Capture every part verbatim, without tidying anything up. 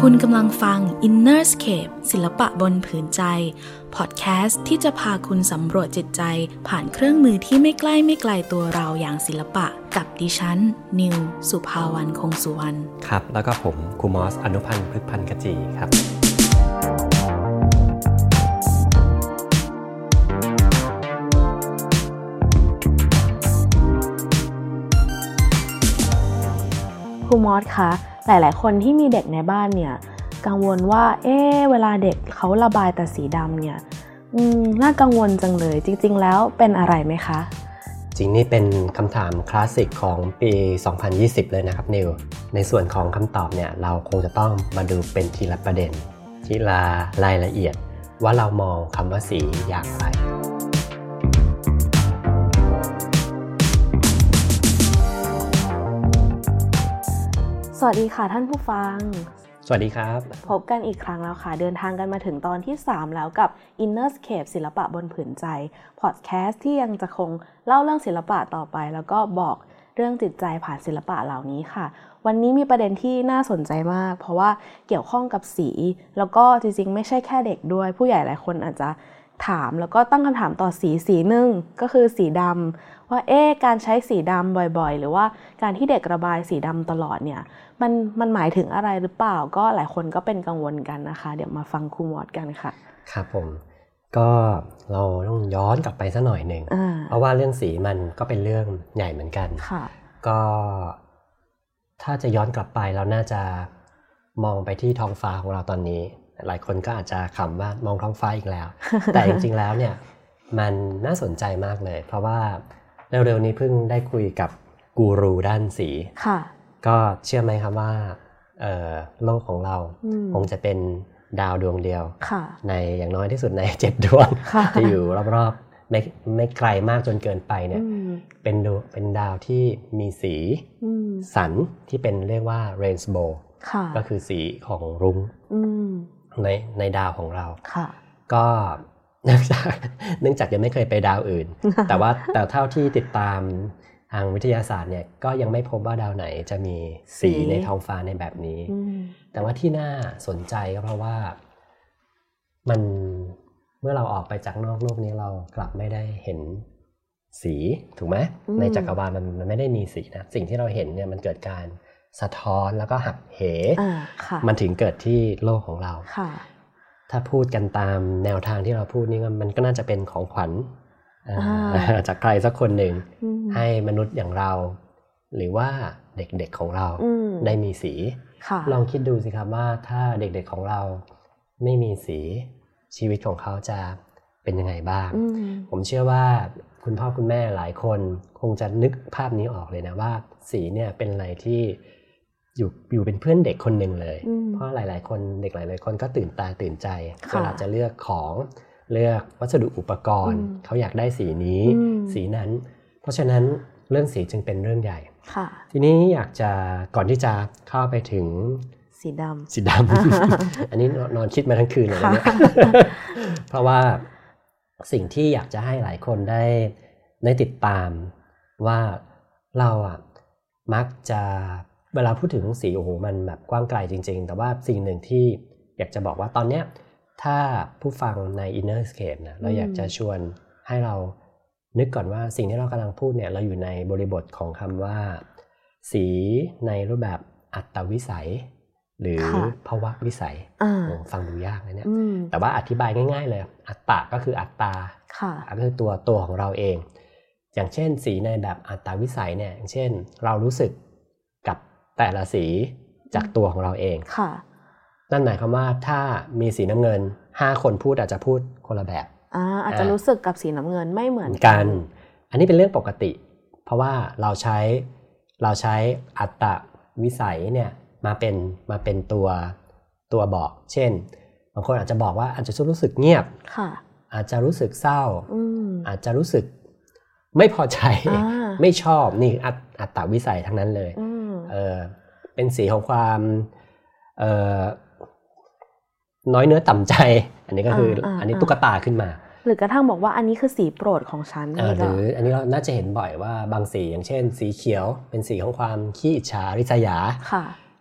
คุณกำลังฟัง Innerscape ศิลปะบนผืนใจพอดแคสต์ที่จะพาคุณสำรวจจิตใจผ่านเครื่องมือที่ไม่ใกล้ไม่ไกลตัวเราอย่างศิลปะกับดิฉันนิวสุภาวรรณคงสุวรรณครับแล้วก็ผมครูมอสอนุพันธ์พฤกษ์พันธ์กจีครับครูมอสคะหลายๆคนที่มีเด็กในบ้านเนี่ยกังวลว่าเอ๊ะเวลาเด็กเขาระบายแต่สีดำเนี่ยอืมน่ากังวลจังเลยจริงๆแล้วเป็นอะไรไหมคะจริงนี่เป็นคำถามคลาสสิกของปีสองพันยี่สิบเลยนะครับนิวในส่วนของคำตอบเนี่ยเราคงจะต้องมาดูเป็นทีละประเด็นทีละรายละเอียดว่าเรามองคำว่าสีอย่างไรสวัสดีค่ะท่านผู้ฟังสวัสดีครับพบกันอีกครั้งแล้วค่ะเดินทางกันมาถึงตอนที่สามแล้วกับ Innerscape ศิลปะบนผืนใจพอดแคสต์ที่ยังจะคงเล่าเรื่องศิลปะต่อไปแล้วก็บอกเรื่องจิตใจผ่านศิลปะเหล่านี้ค่ะวันนี้มีประเด็นที่น่าสนใจมากเพราะว่าเกี่ยวข้องกับสีแล้วก็จริงๆไม่ใช่แค่เด็กด้วยผู้ใหญ่หลายคนอาจจะถามแล้วก็ตั้งคำถามต่อสีสีหนึ่งก็คือสีดำว่าเอ๊ะการใช้สีดำบ่อยๆหรือว่าการที่เด็กระบายสีดำตลอดเนี่ยมันมันหมายถึงอะไรหรือเปล่าก็หลายคนก็เป็นกังวลกันนะคะเดี๋ยวมาฟังครูมอสกันค่ะครับผมก็เราต้องย้อนกลับไปสักหน่อยหนึ่งเพราะว่าเรื่องสีมันก็เป็นเรื่องใหญ่เหมือนกันก็ถ้าจะย้อนกลับไปเราน่าจะมองไปที่ท้องฟ้าของเราตอนนี้หลายคนก็อาจจะขำว่ามองท้องฟ้าอีกแล้ว แต่จริงๆแล้วเนี่ยมันน่าสนใจมากเลยเพราะว่าเร็วๆนี้เพิ่งได้คุยกับกูรูด้านสีก็เชื่อไหมครับว่าโลกของเราคงจะเป็นดาวดวงเดียวในอย่างน้อยที่สุดในเจ็ดดวงที่อยู่รอบๆไม่ไม่ไกลมากจนเกินไปเนี่ยเป็นดวงเป็นดาวที่มีสีสันที่เป็นเรียกว่าเรนโบว์ก็คือสีของรุ้งในในดาวของเราก็เนื่องจากเนื่องจากยังไม่เคยไปดาวอื่น แต่ว่าแต่เท่าที่ติดตามทางวิทยาศาสตร์เนี่ยก็ยังไม่พบว่าดาวไหนจะมีสีในท้องฟ้าในแบบนี้แต่ว่าที่น่าสนใจก็เพราะว่ามันเมื่อเราออกไปจากนอกโลกนี้เรากลับไม่ได้เห็นสีถูกไหมในจักรวาลมันมันไม่ได้มีสีนะสิ่งที่เราเห็นเนี่ยมันเกิดการสะท้อนแล้วก็หักเหมันถึงเกิดที่โลกของเราถ้าพูดกันตามแนวทางที่เราพูดนี่มันก็น่าจะเป็นของขวัญจากใครสักคนหนึ่งให้มนุษย์อย่างเราหรือว่าเด็กๆของเราได้มีสีลองคิดดูสิครับว่าถ้าเด็กๆของเราไม่มีสีชีวิตของเขาจะเป็นยังไงบ้างผมเชื่อว่าคุณพ่อคุณแม่หลายคนคงจะนึกภาพนี้ออกเลยนะว่าสีเนี่ยเป็นอะไรที่อยู่อยู่เป็นเพื่อนเด็กคนหนึ่งเลยเพราะหลายๆคนเด็กหลายๆคนก็ตื่นตาตื่นใจเวลาจะเลือกของเลือกวัสดุอุปกรณ์เขาอยากได้สีนี้สีนั้นเพราะฉะนั้นเรื่องสีจึงเป็นเรื่องใหญ่ทีนี้อยากจะก่อนที่จะเข้าไปถึงสีดำสีดำ อันนี้นอนคิดมาทั้งคืนเลยนะเนี่ย เพราะว่าสิ่งที่อยากจะให้หลายคนได้ได้ติดตามว่าเราอ่ะมักจะเวลาพูดถึงสีโอ้โหมันแบบกว้างไกลจริงๆแต่ว่าสิ่งหนึ่งที่อยากจะบอกว่าตอนเนี้ยถ้าผู้ฟังใน Innerscape นะเราอยากจะชวนให้เรานึกก่อนว่าสิ่งที่เรากำลังพูดเนี่ยเราอยู่ในบริบทของคำว่าสีในรูปแบบอัตวิสัยหรือภววิสัยฟังดูยากนะเนี่ยแต่ว่าอธิบายง่ายๆเลยอัตตะก็คืออัตตาก็คือตัวตัวของเราเองอย่างเช่นสีในแบบอัตตวิสัยเนี่ยอย่างเช่นเรารู้สึกกับแต่ละสีจากตัวของเราเองนั่นหมายความว่าถ้ามีสีน้ำเงินห้าคนพูดอาจจะพูดคนละแบบอ่าอาจจะรู้สึกกับสีน้ำเงินไม่เหมือนกันอันนี้เป็นเรื่องปกติเพราะว่าเราใช้เราใช้อัตตวิสัยเนี่ยมาเป็นมาเป็นตัวตัวบอกเช่นบางคนอาจจะบอกว่าอาจจะรู้สึกเงียบอาจจะรู้สึกเศร้าอาจจะรู้สึกไม่พอใจไม่ชอบนี่อัตตวิสัยทั้งนั้นเลยเออเป็นสีของความเอ่อน้อยเนื้อต่ำใจอันนี้ก็คือ อ, อันนี้ตุ๊กตาขึ้นมาหรือกระทั่งบอกว่าอันนี้คือสีโปรดของฉันหรืออันนี้เราน่าจะเห็นบ่อยว่าบางสีอย่างเช่นสีเขียวเป็นสีของความขี้อิจฉาริษยา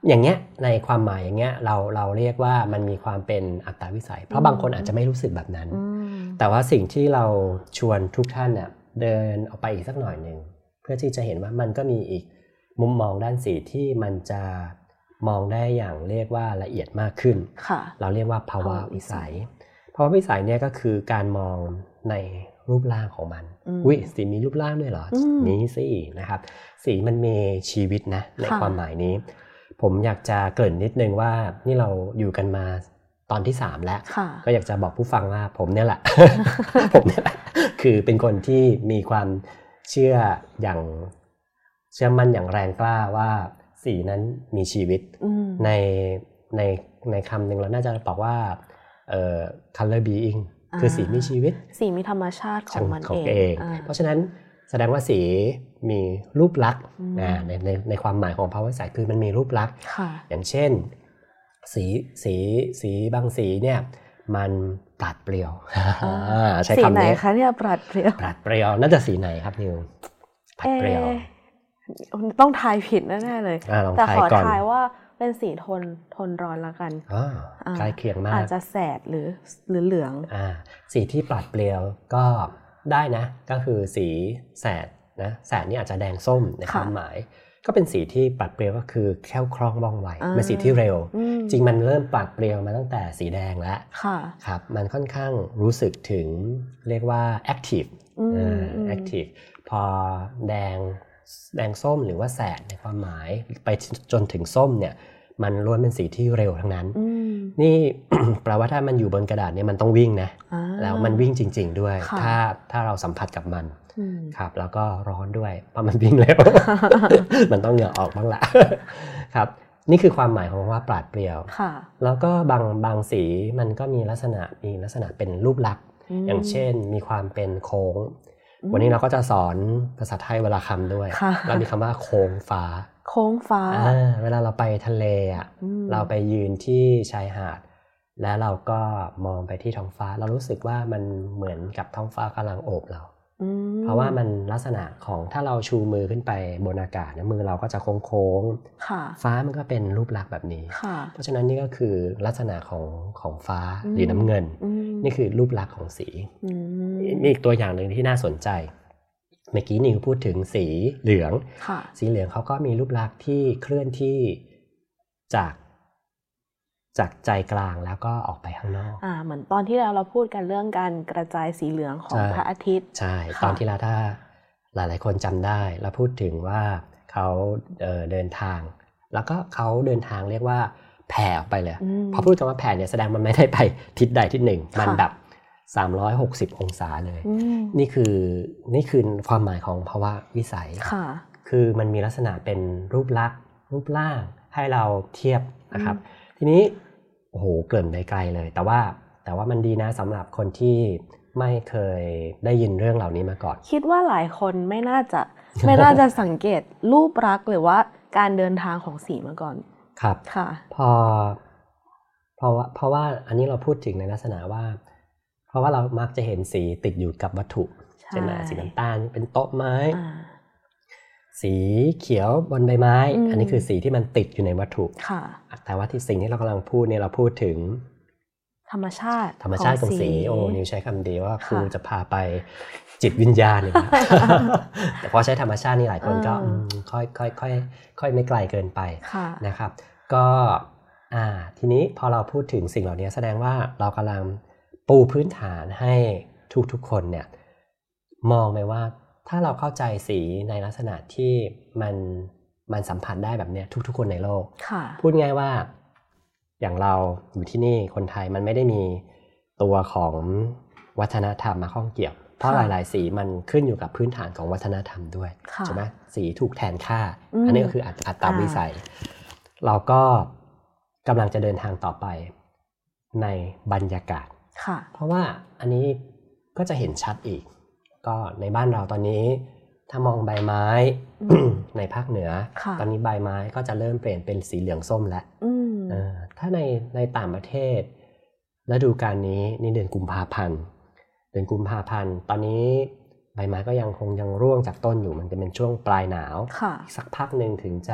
อย่างเงี้ยในความหมายอย่างเงี้ยเราเราเรียกว่ามันมีความเป็นอัตตาวิสัยเพราะบางคนอาจจะไม่รู้สึกแบบนั้นแต่ว่าสิ่งที่เราชวนทุกท่านเนี่ยเดินออกไปอีกสักหน่อยนึงเพื่อที่จะเห็นว่ามันก็มีอีกมุมมองด้านสีที่มันจะมองได้อย่างเรียกว่าละเอียดมากขึ้นเราเรียกว่าภาวะวิสัยภาวะวิสัยเนี่ยก็คือการมองในรูปร่างของมันอุ้ยสีมีรูปร่างด้วยเหรอมีสินะครับสีมันมีชีวิตนะในความหมายนี้ผมอยากจะเกริ่นนิดนึงว่านี่เราอยู่กันมาตอนที่สามแล้วก็อยากจะบอกผู้ฟังว่าผมเนี่ยแหละ ผมเนี่ยแหละคือเป็นคนที่มีความเชื่ออย่างเชื่อมั่นอย่างแรงกล้าว่าสีนั้นมีชีวิตในในในคำหนึ่งเราน่าจะบอกว่าเอ่อ color being คือสีมีชีวิตสีมีธรรมชาติของมันเองเพราะฉะนั้นแสดงว่าสีมีรูปลักษณ์นะในในในความหมายของภาวะวิสัยคือมันมีรูปลักษณ์อย่างเช่นสีสีสีบางสีเนี่ยมันปราดเปรียวใช้คำนี้สีไหนคะเนี่ยปราดเปรียวปราดเปรียวน่าจะสีไหนครับนิวปราดเปรียวต้องทายผิดแน่ๆเลยแต่ขอทายว่าเป็นสีโทนโทนร้อนละกันใกล้เคียงมากอาจจะแสดหรือหรือเหลืองอ่าสีที่ปราดเปรียวก็ได้นะก็คือสีแสดนะแสดนี่อาจจะแดงส้มในความหมายก็เป็นสีที่ปราดเปรียวก็คือแคล่วคล่องว่องไวเป็นสีที่เร็วจริงมันเริ่มปราดเปรียวมาตั้งแต่สีแดงแล้วครับมันค่อนข้างรู้สึกถึงเรียกว่าแอคทีฟแอคทีฟพอแดงแดงส้มหรือว่าแสดในความหมายไปจนถึงส้มเนี่ยมันล้วนเป็นสีที่เร็วทั้งนั้นนี่ แปลว่าถ้ามันอยู่บนกระดาษเนี่ยมันต้องวิ่งนะแล้วมันวิ่งจริงๆด้วยถ้าถ้าเราสัมผัสกับมันครับแล้วก็ร้อนด้วยเพราะมันวิ่งเร็ว มันต้องเหงื่อออกบ้างละ ครับนี่คือความหมายของว่าปราดเปรียวแล้วก็บางบางสีมันก็มีลักษณะมีลักษณะเป็นรูปลักษณ์อย่างเช่นมีความเป็นโค้งวันนี้เราก็จะสอนภาษาไทยวรรณคำด้วยเรามีคำว่าโค้งฟ้าโค้งฟ้าเวลาเราไปทะเลอ่ะเราไปยืนที่ชายหาดแล้วเราก็มองไปที่ท้องฟ้าเรารู้สึกว่ามันเหมือนกับท้องฟ้ากำลังโอบเราเพราะว่ามันลักษณะของถ้าเราชูมือขึ้นไปบนอากาศเนี่ยมือเราก็จะโค้งๆฟ้ามันก็เป็นรูปลักษณ์แบบนี้เพราะฉะนั้นนี่ก็คือลักษณะของของฟ้าหรือน้ำเงินนี่คือรูปลักษณ์ของสีมีอีกตัวอย่างหนึ่งที่น่าสนใจเมื่อกี้นิวพูดถึงสีเหลืองสีเหลืองเขาก็มีรูปลักษณ์ที่เคลื่อนที่จากจากใจกลางแล้วก็ออกไปข้างนอกอ่าเหมือนตอนที่เราเราพูดกันเรื่องการกระจายสีเหลืองของพระอาทิตย์ใช่ตอนที่เราถ้าหลายๆคนจำได้เราพูดถึงว่าเขาเอ่อเดินทางแล้วก็เขาเดินทางเรียกว่าแผ่ออกไปเลยพอพูดคำว่าแผ่เนี่ยแสดงมันไม่ได้ไปทิศใดทิศหนึ่งมันแบบสามร้อยหกสิบองศาเลยนี่คือนี่คือความหมายของภาวะวิสัยคือมันมีลักษณะเป็นรูปลักษณ์รูปร่างให้เราเทียบนะครับทีนี้โอ้โหเกริ่นไปไกลเลยแต่ว่าแต่ว่ามันดีนะสำหรับคนที่ไม่เคยได้ยินเรื่องเหล่านี้มาก่อนคิดว่าหลายคนไม่น่าจะไม่น่าจะสังเกตรูปลักษณ์หรือว่าการเดินทางของสีมาก่อนครับค่ะพอเพราะว่าเพราะว่าอันนี้เราพูดถึงในลักษณะว่าเพราะว่าเรามักจะเห็นสีติดอยู่กับวัตถุเช่นสีน้ำตาลเป็นโต๊ะไม้สีเขียวบนใบไม้ อ, อันนี้คือสีที่มันติดอยู่ในวัตถุแต่ว่าที่สิ่งที่เรากำลังพูดเนี่ยเราพูดถึงธรรมชาติธรรมชาติของสีโอ้นิวใช้คำดีว่าครูจะพาไปจิตวิญญาณเนี่ย แต่พอใช้ธรรมชาตินี่หลายคนก็ค่อยค่อยค่อยค่อยไม่ไกลเกินไปนะครับก็อ่าทีนี้พอเราพูดถึงสิ่งเหล่านี้แสดงว่าเรากำลังปูพื้นฐานให้ทุกๆคนเนี่ยมองไปว่าถ้าเราเข้าใจสีในลักษณะที่มันมันสัมผัสได้แบบเนี้ยทุกๆคนในโลกพูดง่ายว่าอย่างเราอยู่ที่นี่คนไทยมันไม่ได้มีตัวของวัฒนธรรมมาข้องเกี่ยวเพราะหลายๆสีมันขึ้นอยู่กับพื้นฐานของวัฒนธรรมด้วยใช่ไหมสีถูกแทนค่า อ, อันนี้ก็คืออัตตาวิสัยเราก็กำลังจะเดินทางต่อไปในบรรยากาศเพราะว่าอันนี้ก็จะเห็นชัดอีกก็ในบ้านเราตอนนี้ถ้ามองใบไม้ ในภาคเหนือตอนนี้ใบไม้ก็จะเริ่มเปลี่ยนเป็นสีเหลืองส้มแล้วถ้าในในต่างประเทศฤดูกาลนี้นี่เดือนกุมภาพันธ์เดือนกุมภาพันธ์ตอนนี้ใบไม้ก็ยังคงยังร่วงจากต้นอยู่มันจะเป็นช่วงปลายหนาวสักพักหนึ่งถึงจะ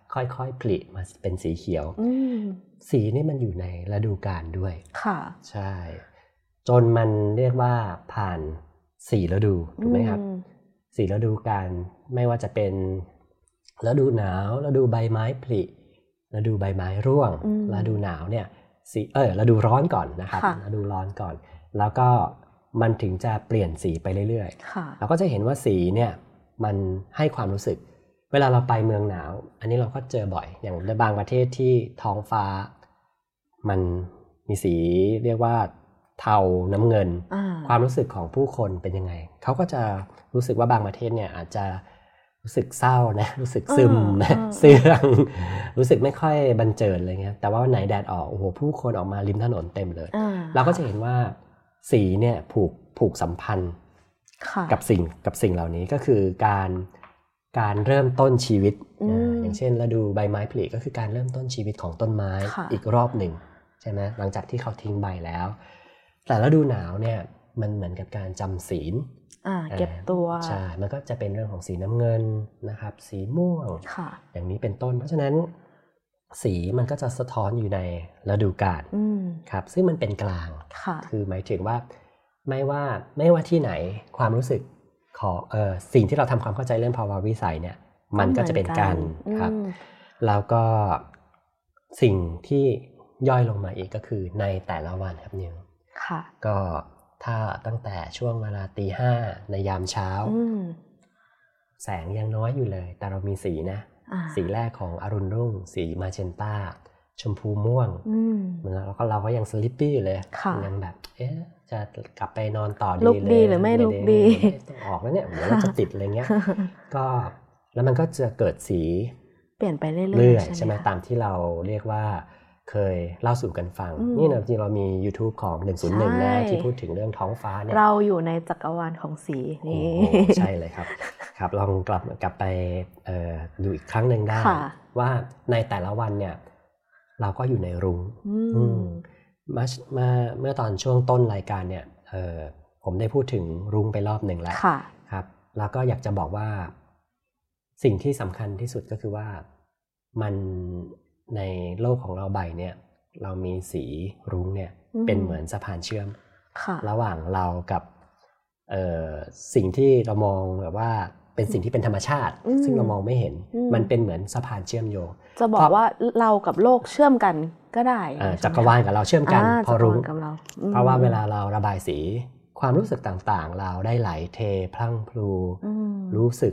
ค่อยๆผลิมาเป็นสีเขียวสีนี่มันอยู่ในฤดูกาลด้วยค่ะใช่จนมันเรียกว่าผ่านสี่ฤดูถูกไหมครับสี่ฤดูกาลไม่ว่าจะเป็นฤดูหนาวฤดูใบไม้ผลิฤดูใบไม้ร่วงฤดูหนาวเนี่ยสีเออฤดูร้อนก่อนนะครับฤดูร้อนก่อนแล้วก็มันถึงจะเปลี่ยนสีไปเรื่อยๆเราก็จะเห็นว่าสีเนี่ยมันให้ความรู้สึกเวลาเราไปเมืองหนาวอันนี้เราก็เจอบ่อยอย่างในบางประเทศที่ท้องฟ้ามันมีสีเรียกว่าเทาน้ำเงินความรู้สึกของผู้คนเป็นยังไงเขาก็จะรู้สึกว่าบางประเทศเนี่ยอาจจะรู้สึกเศร้านะรู้สึกซึมนะเสื่องรู้สึกไม่ค่อยบันเจิดอะไรเงี้ยแต่ว่าวันไหนแดดออกโอ้โหผู้คนออกมาริมถนนเต็มเลยเราก็จะเห็นว่าสีเนี่ยผูกผูกสัมพันธ์กับสิ่งกับสิ่งเหล่านี้ก็คือการการเริ่มต้นชีวิตอย่างเช่นฤดูใบไม้ผลิก็คือการเริ่มต้นชีวิตของต้นไม้อีกรอบหนึ่งใช่ไหมหลังจากที่เขาทิ้งใบแล้วแต่ฤดูหนาวเนี่ยมันเหมือนกับการจำศีลเก็บตัวใช่มันก็จะเป็นเรื่องของสีน้ำเงินนะครับสีม่วงอย่างนี้เป็นต้นเพราะฉะนั้นสีมันก็จะสะท้อนอยู่ในฤดูกาลครับซึ่งมันเป็นกลางคือหมายถึงว่าไม่ว่าไม่ว่าที่ไหนความรู้สึกของเอ่อสิ่งที่เราทำความเข้าใจเรื่องภาวะวิสัยเนี่ยมันก็จะเป็นกันครับแล้วก็สิ่งที่ย่อยลงมาอีกก็คือในแต่ละวันครับนิวก็ถ้าตั้งแต่ช่วงเวลาตีห้าในยามเช้าแสงยังน้อยอยู่เลยแต่เรามีสีนะสีแรกของอรุณรุ่งสีมาเจนต้าชมพูม่วงแล้วก็เราก็ยังสลิปปี้อยู่เลยยังแบบเอ๊ะจะกลับไปนอนต่อดีเลยลุกดีหรือไม่ลุกดีต้องออกแล้วเนี่ยเดี๋ยวเราจะติดอะไรเงี้ยก็แล้วมันก็จะเกิดสีเปลี่ยนไปเรื่อยๆใช่ไหมตามที่เราเรียกว่าเคยเล่าสู่กันฟังนี่นะจริงเรามี YouTube ของหนึ่งศูนย์หนึ่งนะที่พูดถึงเรื่องท้องฟ้าเนี่ยเราอยู่ในจักรวาลของสีนี่ใช่เลยครับครับลองกลับกลับไปดูอีกครั้งหนึ่งได้ว่าในแต่ละวันเนี่ยเราก็อยู่ในรุ้งมามาเมื่อตอนช่วงต้นรายการเนี่ยผมได้พูดถึงรุ้งไปรอบหนึ่งแล้วครับแล้วก็อยากจะบอกว่าสิ่งที่สำคัญที่สุดก็คือว่ามันในโลกของเราใบเนี่ยเรามีสีรุ้งเนี่ยเป็นเหมือนสะพานเชื่อมระหว่างเรากับสิ่งที่เรามองแบบว่าเป็นสิ่งที่เป็นธรรมชาติซึ่งเรามองไม่เห็นมันเป็นเหมือนสะพานเชื่อมโยงจะบอกว่าเรากับโลกเชื่อมกันก็ได้จักรวาลกับเราเชื่อมกันพอรุ้งเพราะว่าเวลาเราระบายสีความรู้สึกต่างๆเราได้ไหลเทพลั่งพลูรู้สึก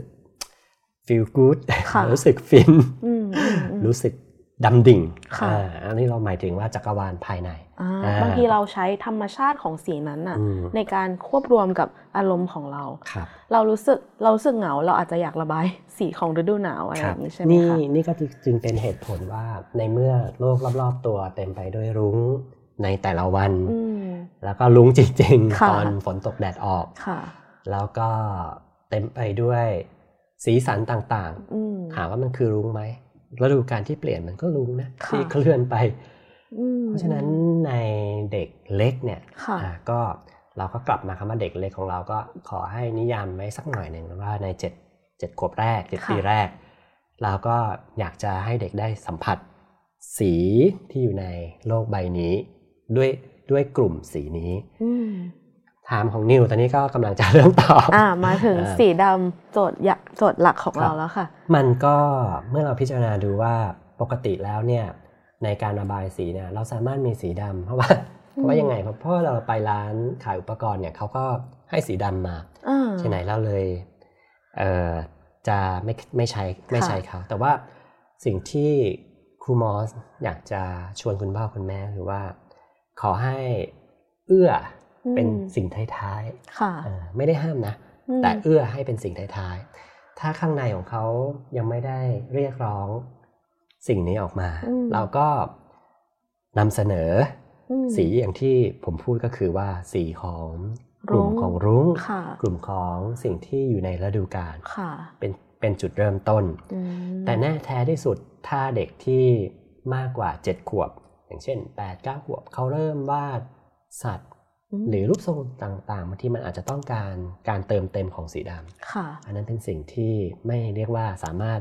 feel good รู้สึกฟินรู้สึกดำดิ่งอันนี้เราหมายถึงว่าจักรวาลภายในบางทีเราใช้ธรรมชาติของสีนั้นน่ะในการควบรวมกับอารมณ์ของเราเรารู้สึกเรารู้สึกเหงาเราอาจจะอยากระบายสีของฤดูหนาวอะไรอย่างนี้ใช่ไหมคะนี่นี่ก็จึงเป็นเหตุผลว่าในเมื่อโลกรอบๆตัวเต็มไปด้วยรุ้งในแต่ละวันแล้วก็รุ้งจริงๆตอนฝนตกแดดออกแล้วก็เต็มไปด้วยสีสันต่างๆถามว่ามันคือรุ้งไหมฤดูกาลที่เปลี่ยนมันก็รุ้งนะที่เคลื่อนไปเพราะฉะนั้นในเด็กเล็กเนี่ยก็เราก็กลับมาคำว่าเด็กเล็กของเราก็ขอให้นิยามไว้สักหน่อยหนึ่งว่าในเจ็ดเจ็ดขวบแรกเจ็ดปีแรกเราก็อยากจะให้เด็กได้สัมผัสสีที่อยู่ในโลกใบนี้ด้วยด้วยกลุ่มสีนี้ถามของนิวตอนนี้ก็กำลังจะเริ่มตอบอ่ามาถึงสีดำโจทย์โจทย์หลักของเราแล้วค่ะมันก็เมื่อเราพิจารณาดูว่าปกติแล้วเนี่ยในการระบายสีเนี่ยเราสามารถมีสีดำเพราะว่าเพราะว่ายังไงเพราะเราไปร้านขายอุปกรณ์เนี่ยเขาก็ให้สีดำมาใช่ไหมเราเลยเอ่อจะไม่ไม่ใช้ไม่ใช้เขาแต่ว่าสิ่งที่ครูมอสอยากจะชวนคุณพ่อคุณแม่คือว่าขอให้เอื้อเป็นสิ่งท้ายๆไม่ได้ห้ามนะแต่เอื้อให้เป็นสิ่งท้ายๆถ้าข้างในของเขายังไม่ได้เรียกร้องสิ่งนี้ออกมาเราก็นำเสนอสีอย่างที่ผมพูดก็คือว่าสีของกลุ่มของรุ้งกลุ่มของสิ่งที่อยู่ในฤดูกาลเป็นเป็นจุดเริ่มต้นแต่แน่แท้ที่สุดถ้าเด็กที่มากกว่าเจ็ดขวบอย่างเช่นแปด เก้าขวบเขาเริ่มวาดสัตว์หรือรูปทรงต่างๆบางทีมันอาจจะต้องการการเติมเต็มของสีดำอันนั้นเป็นสิ่งที่ไม่เรียกว่าสามารถ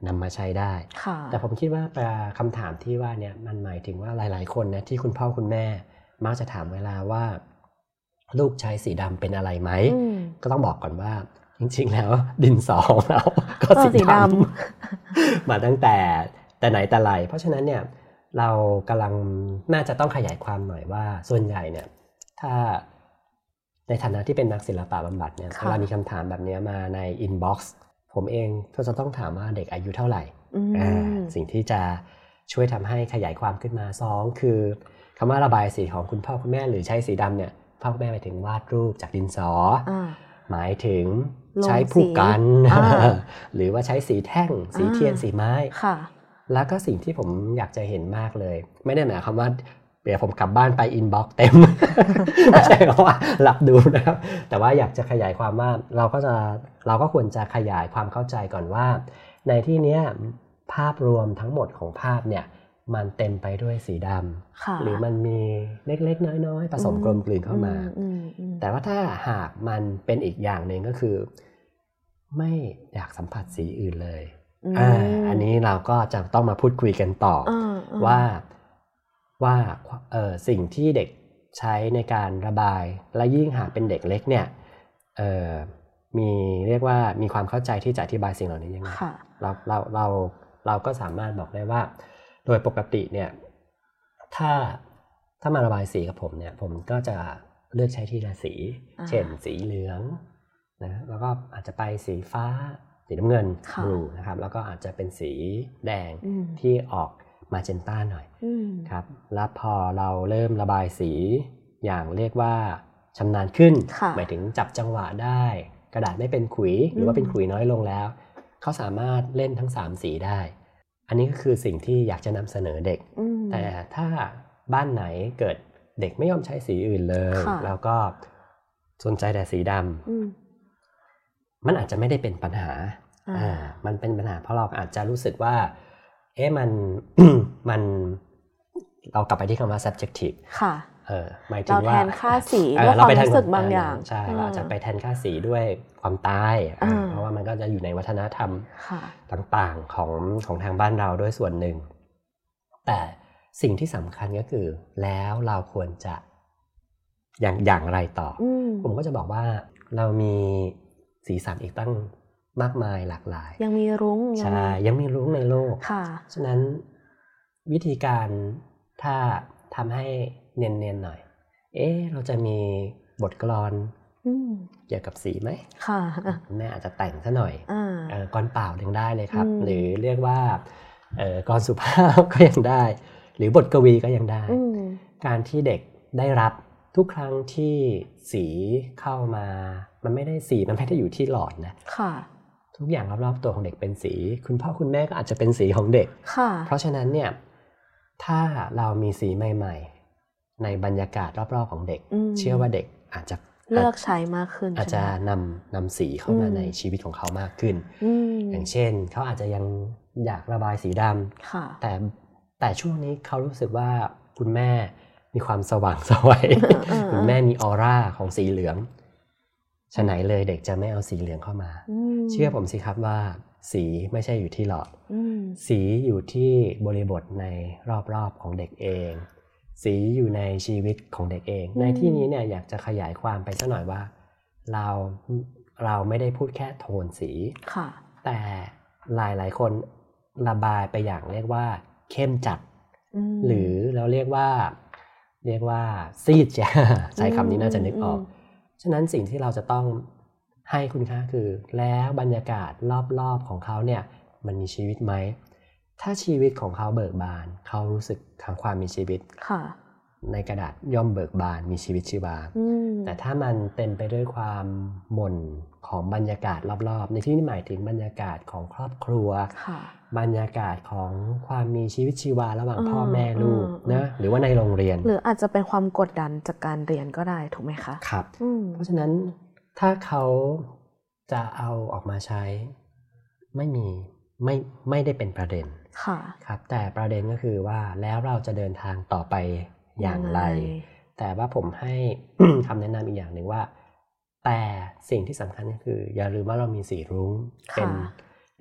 นำมาใช้ได้แต่ผมคิดว่าคำถามที่ว่าเนี่ยมันหมายถึงว่าหลายๆคนนะที่คุณพ่อคุณแม่มักจะถามเวลาว่าลูกใช้สีดำเป็นอะไรไหมก็ต้องบอกก่อนว่าจริงๆแล้วดินสอของเราก็สีดำมาตั้งแต่แต่ไหนแต่ไรเพราะฉะนั้นเนี่ยเรากำลังน่าจะต้องขยายความหน่อยว่าส่วนใหญ่เนี่ยถ้าในฐานะที่เป็นนักศิลปะบำบัดเนี่ยเวลามีคำถามแบบนี้มาในอินบ็อกซ์ผมเองก็จะต้องถามว่าเด็กอายุเท่าไหร่สิ่งที่จะช่วยทำให้ขยายความขึ้นมาสองคือคำว่าระบายสีของคุณพ่อคุณแม่หรือใช้สีดำเนี่ยพ่อคุณแม่หมายถึงวาดรูปจากดินสอหมายถึงใช้ผู้กันหรือว่าใช้สีแท่งสีเทียนสีไม้แล้วก็สิ่งที่ผมอยากจะเห็นมากเลยไม่ได้หมายความว่าเดี๋ยวผมกลับบ้านไปอินบ็อกซ์เต็มไม่ใช่เพราะว่ารับดูนะครับแต่ว่าอยากจะขยายความว่าเราก็จะเราก็ควรจะขยายความเข้าใจก่อนว่าในที่นี้ภาพรวมทั้งหมดของภาพเนี่ยมันเต็มไปด้วยสีดำหรือมันมีเล็กๆน้อยๆผสมกลมกลืนเข้ามาแต่ว่าถ้าหากมันเป็นอีกอย่างหนึ่งก็คือไม่อยากสัมผัสสีอื่นเลยอ่าอันนี้เราก็จะต้องมาพูดคุยกันต่อว่าว่าเอ่อสิ่งที่เด็กใช้ในการระบายและยิ่งหากเป็นเด็กเล็กเนี่ยเอ่อมีเรียกว่ามีความเข้าใจที่จะอธิบายสิ่งเหล่านี้ยังไงเราเราเราเราก็สามารถบอกได้ว่าโดยปกติเนี่ยถ้าถ้ามาระบายสีกับผมเนี่ยผมก็จะเลือกใช้ทีละสีเช่นสีเหลืองนะแล้วก็อาจจะไปสีฟ้าสีน้ำเงินบลูนะครับแล้วก็อาจจะเป็นสีแดงที่ออกมาเจนต้าหน่อยครับแล้วพอเราเริ่มระบายสีอย่างเรียกว่าชำนาญขึ้นหมายถึงจับจังหวะได้กระดาษไม่เป็นขุยหรือว่าเป็นขุยน้อยลงแล้วเขาสามารถเล่นทั้งสามสีได้อันนี้ก็คือสิ่งที่อยากจะนำเสนอเด็กแต่ถ้าบ้านไหนเกิดเด็กไม่ยอมใช้สีอื่นเลยแล้วก็สนใจแต่สีดำมันอาจจะไม่ได้เป็นปัญหาอ่ามันเป็นปัญหาเพราะเราอาจจะรู้สึกว่าเอ๊ะมัน มันเรากลับไปที่คำว่า subjective ค่ะเออหมายถึงว่าเราแทนค่าสีด้วยความรู้สึกบางอย่างใช่เราจะไปแทนค่าสีด้วยความตายเพราะว่ามันก็จะอยู่ในวัฒนธรรมต่างๆของของทางบ้านเราด้วยส่วนหนึ่งแต่สิ่งที่สำคัญก็คือแล้วเราควรจะอย่างอย่างไรต่อผมก็จะบอกว่าเรามีสีสันอีกตั้งมากมายหลากหลายยังมีรุ้งใช่ยังมีรุ้งในโลกฉะนั้นวิธีการถ้าทำให้เนียนๆหน่อยเอ๊ะเราจะมีบทกลอนเกี่ยวกับสีไหมค่ะแม่อาจจะแต่งซะหน่อยกลอนเปล่ายังได้เลยครับหรือเรียกว่ากลอนสุภาพก็ยังได้หรือบทกวีก็ยังได้การที่เด็กได้รับทุกครั้งที่สีเข้ามามันไม่ได้สีมันไม่ได้อยู่ที่หลอดนะค่ะทุกอย่างรอบๆตัวของเด็กเป็นสีคุณพ่อคุณแม่ก็อาจจะเป็นสีของเด็กค่ะเพราะฉะนั้นเนี่ยถ้าเรามีสีใหม่ๆในบรรยากาศรอบๆของเด็กเชื่อว่าเด็กอาจจะเลือกใช้มากขึ้นอาจจะนำนำสีเข้ามาในชีวิตของเขามากขึ้นอย่างเช่นเขาอาจจะยังอยากระบายสีดำแต่แต่ช่วงนี้เขารู้สึกว่าคุณแม่มีความสว่างไสว คุณแม่มีออร่าของสีเหลืองฉะไหนเลยเด็กจะไม่เอาสีเหลืองเข้ามาเชื่อผมสิครับว่าสีไม่ใช่อยู่ที่หลอดสีอยู่ที่บริบทในรอบๆของเด็กเองสีอยู่ในชีวิตของเด็กเองในที่นี้เนี่ยอยากจะขยายความไปสักหน่อยว่าเราเราไม่ได้พูดแค่โทนสีแต่หลายๆคนระบายไปอย่างเรียกว่าเข้มจัดหรือเราเรียกว่าเรียกว่าซีดจ้ะใช้คำนี้น่าจะนึกออกฉะนั้นสิ่งที่เราจะต้องให้คุณค่าคือแล้วบรรยากาศรอบๆของเขาเนี่ยมันมีชีวิตไหมถ้าชีวิตของเขาเบิกบานเขารู้สึกถึงความมีชีวิตในกระดาษย่อมเบิกบานมีชีวิตชีวาแต่ถ้ามันเต็มไปด้วยความหม่นของบรรยากาศรอบๆในที่นี้หมายถึงบรรยากาศของครอบครัวบรรยากาศของความมีชีวิตชีวาระหว่างพ่อแม่ลูกนะหรือว่าในโรงเรียนหรืออาจจะเป็นความกดดันจากการเรียนก็ได้ถูกไหมคะครับเพราะฉะนั้นถ้าเขาจะเอาออกมาใช้ไม่มีไม่ไม่ได้เป็นประเด็นครับแต่ประเด็นก็คือว่าแล้วเราจะเดินทางต่อไปอย่างไรแต่ว่าผมให้ คำแนะนำอีกอย่างหนึ่งว่าแต่สิ่งที่สำคัญก็คืออย่าลืมว่าเรามีสีรุ้งเป็น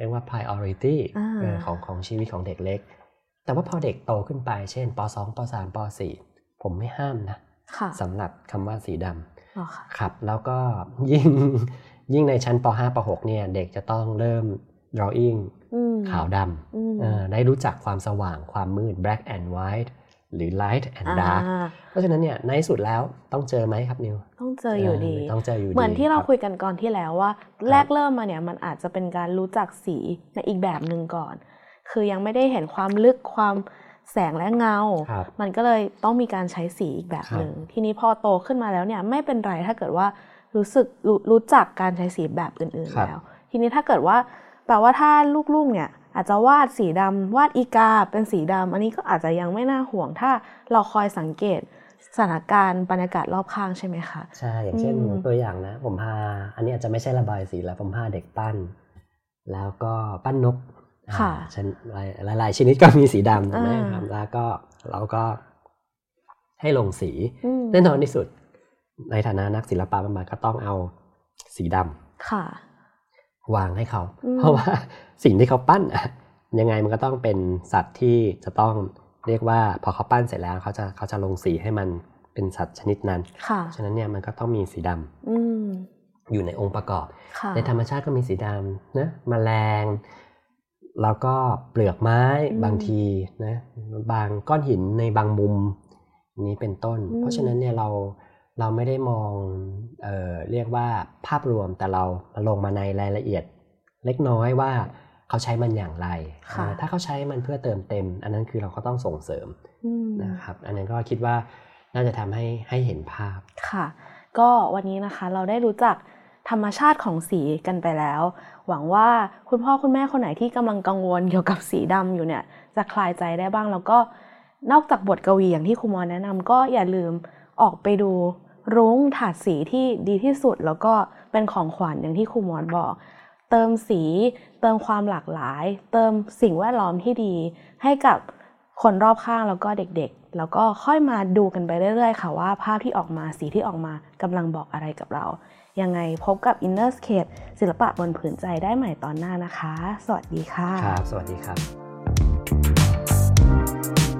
เรียกว่า priority ของของชีวิตของเด็กเล็กแต่ว่าพอเด็กโตขึ้นไปเช่นป.สอง ป.สาม ป.สี่ ผมไม่ห้ามนะสำหรับคำว่าสีดำครับแล้วก็ยิ่งยิ่งในชั้นป.ห้า ป.หก เนี่ยเด็กจะต้องเริ่ม drawing ขาวดำได้รู้จักความสว่างความมืด black and white หรือ light and dark เพราะฉะนั้นเนี่ยในสุดแล้วต้องเจอไหมครับนิวต้องเจออยู่ดีต้องเจออยู่ดีเหมือนที่เราคุยกันก่อนที่แล้วว่าแรกเริ่มมาเนี่ยมันอาจจะเป็นการรู้จักสีในอีกแบบนึงก่อนคือยังไม่ได้เห็นความลึกความแสงและเงามันก็เลยต้องมีการใช้สีอีกแบบนึงทีนี้พอโตขึ้นมาแล้วเนี่ยไม่เป็นไรถ้าเกิดว่ารู้สึกรู้จักการใช้สีแบบอื่นๆแล้วทีนี้ถ้าเกิดว่าแปลว่าถ้าลูกๆเนี่ยอาจจะวาดสีดำวาดอีกาเป็นสีดำอันนี้ก็อาจจะยังไม่น่าห่วงถ้าเราคอยสังเกตสถานการณ์บรรยากาศรอบข้างใช่ไหมคะใช่อย่างเช่นตัวอย่างนะผมพาอันนี้อาจจะไม่ใช่ระบายสีแล้วผมพาเด็กปั้นแล้วก็ปั้นนกค่ะหลายๆชนิดก็มีสีดำถูกไหมครับแล้วก็เราก็ให้ลงสีแน่นอนที่สุดในฐานะนักศิลปะบำบัดก็ต้องเอาสีดำค่ะวางให้เขาเพราะว่าสิ่งที่เขาปั้นยังไงมันก็ต้องเป็นสัตว์ที่จะต้องเรียกว่าพอเขาปั้นเสร็จแล้วเขาจะเขาจะลงสีให้มันเป็นสัตว์ชนิดนั้นฉะนั้นเนี่ยมันก็ต้องมีสีดำอยู่ในองค์ประกอบในธรรมชาติก็มีสีดำนะแมลงแล้วก็เปลือกไม้บางทีนะบางก้อนหินในบางมุมนี้เป็นต้นเพราะฉะนั้นเนี่ยเราเราไม่ได้มองเอ่อเรียกว่าภาพรวมแต่เราลงมาในรายละเอียดเล็กน้อยว่าเขาใช้มันอย่างไรถ้าเขาใช้มันเพื่อเติมเต็มอันนั้นคือเราก็ต้องส่งเสริมนะครับอันนั้นก็คิดว่าน่าจะทำให้ให้เห็นภาพค่ะก็วันนี้นะคะเราได้รู้จักธรรมชาติของสีกันไปแล้วหวังว่าคุณพ่อคุณแม่คนไหนที่กำลังกังวลเกี่ยวกับสีดำอยู่เนี่ยจะคลายใจได้บ้างแล้วก็นอกจากบทกวีอย่างที่ครูมอแนะนำก็อย่าลืมออกไปดูรุ้งถาดสีที่ดีที่สุดแล้วก็เป็นของขวัญอย่างที่ครูมอบอกเติมสีเติมความหลากหลายเติมสิ่งแวดล้อมที่ดีให้กับคนรอบข้างแล้วก็เด็กๆแล้วก็ค่อยมาดูกันไปเรื่อยๆค่ะว่าภาพที่ออกมาสีที่ออกมากำลังบอกอะไรกับเรายังไงพบกับ Innerscape ศิลปะบนผืนใจได้ใหม่ตอนหน้านะคะสวัสดีค่ะครับสวัสดีครับ